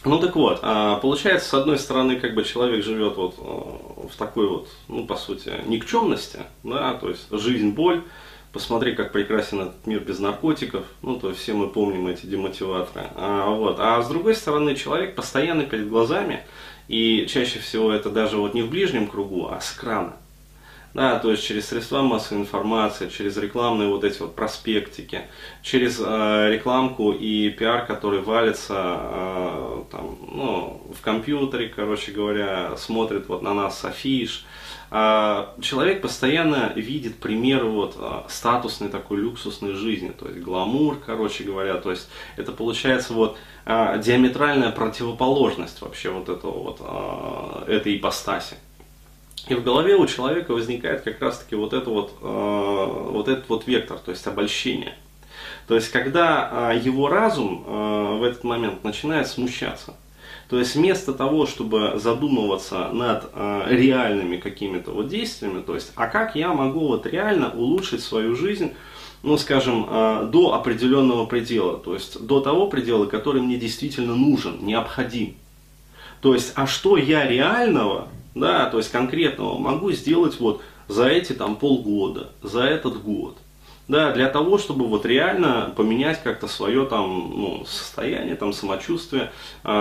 Ну так вот, получается, с одной стороны, как бы человек живет вот в такой вот, ну, по сути, никчемности, да, то есть жизнь, боль, посмотри, как прекрасен этот мир без наркотиков, ну, то есть все мы помним эти демотиваторы, а с другой стороны, человек постоянно перед глазами, и чаще всего это даже вот не в ближнем кругу, а с экрана. Да, то есть через средства массовой информации, через рекламные вот эти вот проспектики, через рекламку и пиар, который валится там, ну, в компьютере, короче говоря, смотрит вот на нас с афиш. Человек постоянно видит примеры вот статусной такой люксусной жизни, то есть гламур, короче говоря, то есть это получается вот диаметральная противоположность вообще вот этого вот этой ипостаси. И в голове у человека возникает как раз-таки вот, вот этот вот вектор, то есть обольщение. То есть когда его разум в этот момент начинает смущаться. То есть вместо того, чтобы задумываться над реальными какими-то вот действиями, то есть, а как я могу вот реально улучшить свою жизнь, ну, скажем, до определенного предела, то есть до того предела, который мне действительно нужен, необходим. То есть, а что я реального, да, то есть конкретного могу сделать вот за эти там полгода, за этот год, да, для того, чтобы вот реально поменять как-то свое там, ну, состояние, там, самочувствие,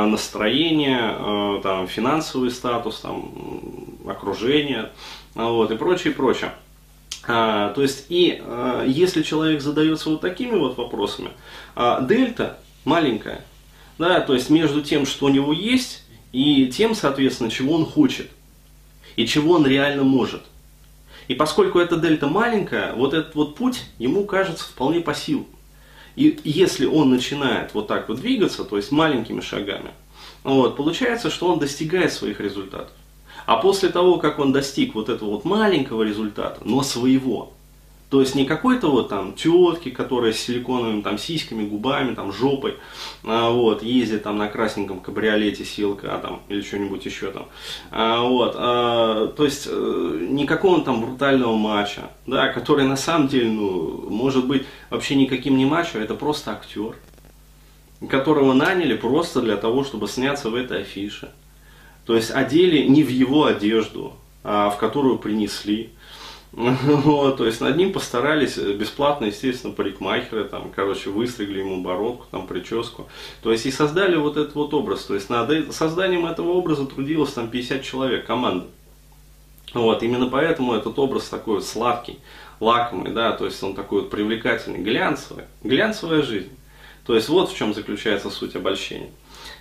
настроение, там, финансовый статус, там, окружение, вот, и прочее, прочее. То есть, и если человек задается вот такими вот вопросами, дельта маленькая, да, то есть между тем, что у него есть, и тем, соответственно, чего он хочет, и чего он реально может. И поскольку эта дельта маленькая, вот этот вот путь ему кажется вполне по силам. И если он начинает вот так вот двигаться, то есть маленькими шагами, вот, получается, что он достигает своих результатов. А после того, как он достиг вот этого вот маленького результата, но своего, то есть не какой-то вот там тетки, которая с силиконовыми там сиськами, губами, там жопой, вот, ездит там на красненьком кабриолете СЛК там или что-нибудь еще там, вот, то есть не какого там брутального мачо, да, который на самом деле, ну, может быть вообще никаким не мачо, это просто актер, которого наняли просто для того, чтобы сняться в этой афише. То есть одели не в его одежду, а в которую принесли. Вот, то есть над ним постарались бесплатно, естественно, парикмахеры, там, короче, выстригли ему бородку, там, прическу. То есть и создали вот этот вот образ. То есть над созданием этого образа трудилось там 50 человек, команда. Вот, именно поэтому этот образ такой вот сладкий, лакомый, да, то есть он такой вот привлекательный, глянцевый, глянцевая жизнь. То есть вот в чем заключается суть обольщения.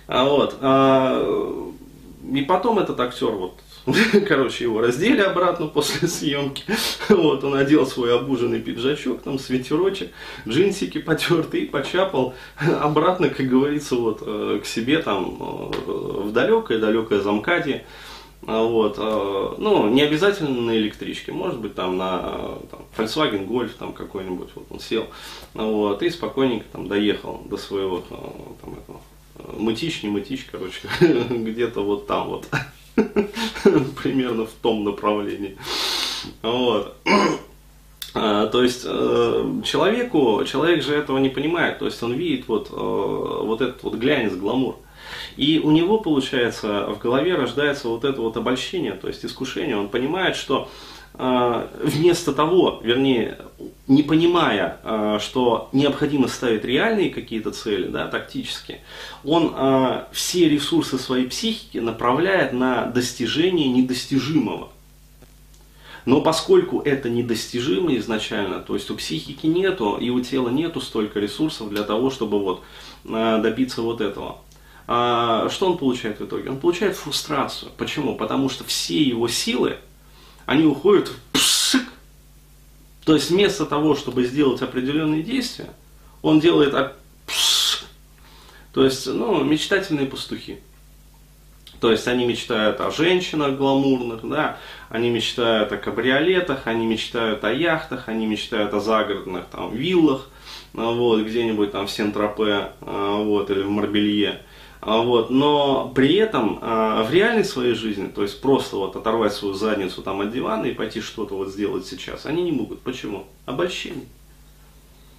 И потом этот актер вот, короче, его раздели обратно после съемки. Вот, он одел свой обуженный пиджачок, там, свитерочек, джинсики потертые, и почапал обратно, как говорится, вот, к себе там в далекое Замкадье. Вот, ну, не обязательно на электричке, может быть, там на там, Volkswagen Golf там какой-нибудь, вот он сел, вот, и спокойненько там доехал до своего там, этого, мытищ, не мытищ, короче, где-то вот там вот. Примерно в том направлении. Вот. То есть человек же этого не понимает, то есть он видит вот этот вот глянец, гламур. И у него, получается, в голове рождается вот это вот обольщение, то есть искушение. Он понимает, что вместо того, вернее, не понимая, что необходимо ставить реальные какие-то цели, да, тактические, он все ресурсы своей психики направляет на достижение недостижимого. Но поскольку это недостижимо изначально, то есть у психики нету и у тела нету столько ресурсов для того, чтобы вот добиться вот этого. Что он получает в итоге? Он получает фрустрацию. Почему? Потому что все его силы, они уходят в пшик. То есть вместо того, чтобы сделать определенные действия, он делает пшик. То есть, ну, мечтательные пастухи. То есть они мечтают о женщинах гламурных, да, они мечтают о кабриолетах, они мечтают о яхтах, они мечтают о загородных там виллах, вот, где-нибудь там в Сен-Тропе, вот, или в Марбелье. Вот, но при этом в реальной своей жизни, то есть просто вот оторвать свою задницу там от дивана и пойти что-то вот сделать сейчас, они не могут. Почему? Обольщение.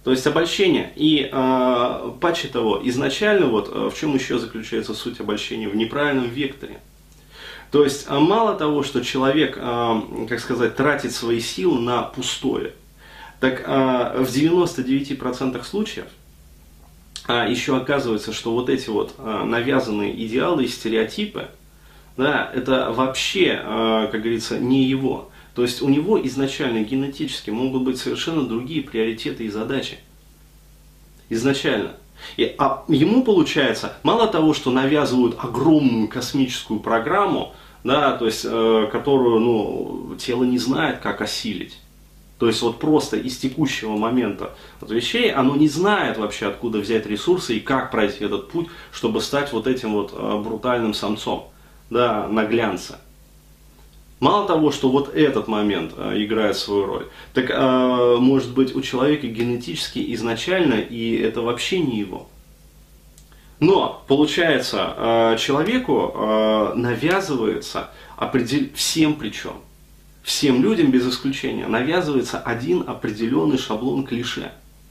То есть обольщение. И паче того, изначально вот в чем еще заключается суть обольщения? В неправильном векторе. То есть мало того, что человек, как сказать, тратит свои силы на пустое, так в 99% случаев еще оказывается, что вот эти вот навязанные идеалы и стереотипы, да, это вообще, как говорится, не его. То есть у него изначально генетически могут быть совершенно другие приоритеты и задачи. Изначально. Ему получается, мало того, что навязывают огромную космическую программу, да, то есть, которую тело не знает, как осилить. То есть вот просто из текущего момента вот вещей оно не знает вообще, откуда взять ресурсы и как пройти этот путь, чтобы стать вот этим вот брутальным самцом, да, на глянце. Мало того, что вот этот момент играет свою роль, так может быть у человека генетически изначально, и это вообще не его. Но, получается, человеку навязывается, всем причем, всем людям без исключения, навязывается один определенный шаблон клише.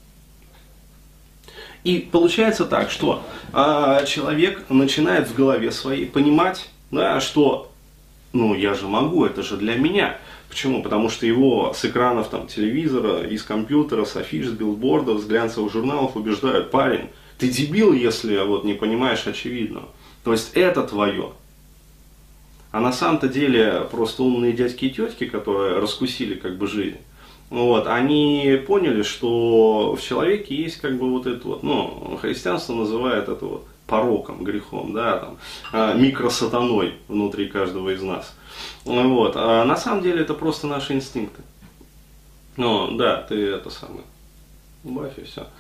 И получается так, что человек начинает в голове своей понимать, да, что я же могу, это же для меня. Почему? Потому что его с экранов там, телевизора, из компьютера, с афиш, с билбордов, с глянцевых журналов убеждают: парень, ты дебил, если вот не понимаешь очевидного. То есть это твое. А на самом-то деле просто умные дядьки и тетки, которые раскусили как бы жизнь, вот, они поняли, что в человеке есть как бы вот это вот, христианство называет это вот пороком, грехом, да, там, микросатаной внутри каждого из нас. Вот. А на самом деле это просто наши инстинкты. Да, ты это самое. Убавь и все.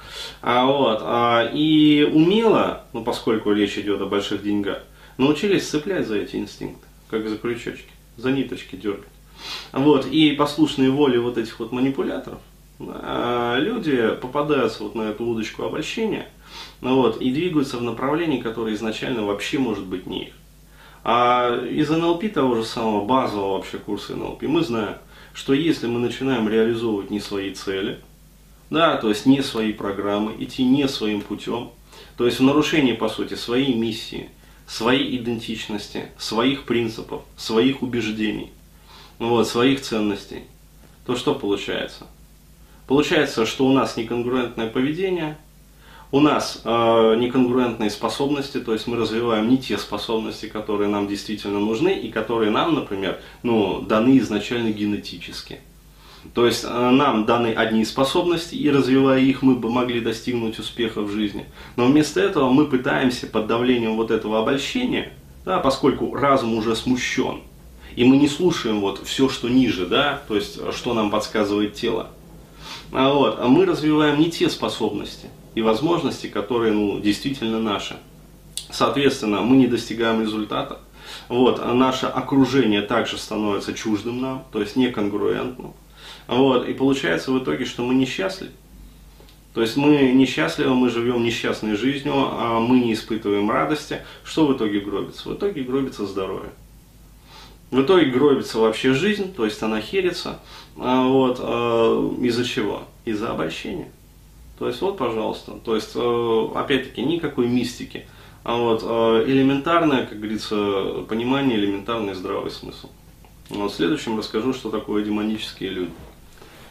И умело, поскольку речь идет о больших деньгах, научились цеплять за эти инстинкты, как за крючочки, за ниточки дергать. Вот. И послушные воле вот этих вот манипуляторов, люди попадаются вот на эту удочку обольщения, и двигаются в направлении, которое изначально вообще может быть не их. А из НЛП, того же самого базового вообще курса НЛП, мы знаем, что если мы начинаем реализовывать не свои цели, да, то есть не свои программы, идти не своим путем, то есть в нарушении, по сути, своей миссии, своей идентичности, своих принципов, своих убеждений, своих ценностей, то что получается? Получается, что у нас неконгруентное поведение, у нас неконгруентные способности, то есть мы развиваем не те способности, которые нам действительно нужны и которые нам, например, даны изначально генетически. То есть нам даны одни способности, и развивая их, мы бы могли достигнуть успеха в жизни. Но вместо этого мы пытаемся под давлением вот этого обольщения, да, поскольку разум уже смущен, и мы не слушаем вот все, что ниже, да, то есть что нам подсказывает тело. Мы развиваем не те способности и возможности, которые действительно наши. Соответственно, мы не достигаем результата. Наше окружение также становится чуждым нам, то есть неконгруентным. И получается в итоге, что мы несчастливы. То есть мы несчастливы, мы живем несчастной жизнью, а мы не испытываем радости. Что в итоге гробится? В итоге гробится здоровье. В итоге гробится вообще жизнь, то есть она херится. Из-за чего? Из-за обольщения. То есть пожалуйста. То есть, опять-таки, никакой мистики. Элементарное, как говорится, понимание, элементарный здравый смысл. В следующем расскажу, что такое демонические люди.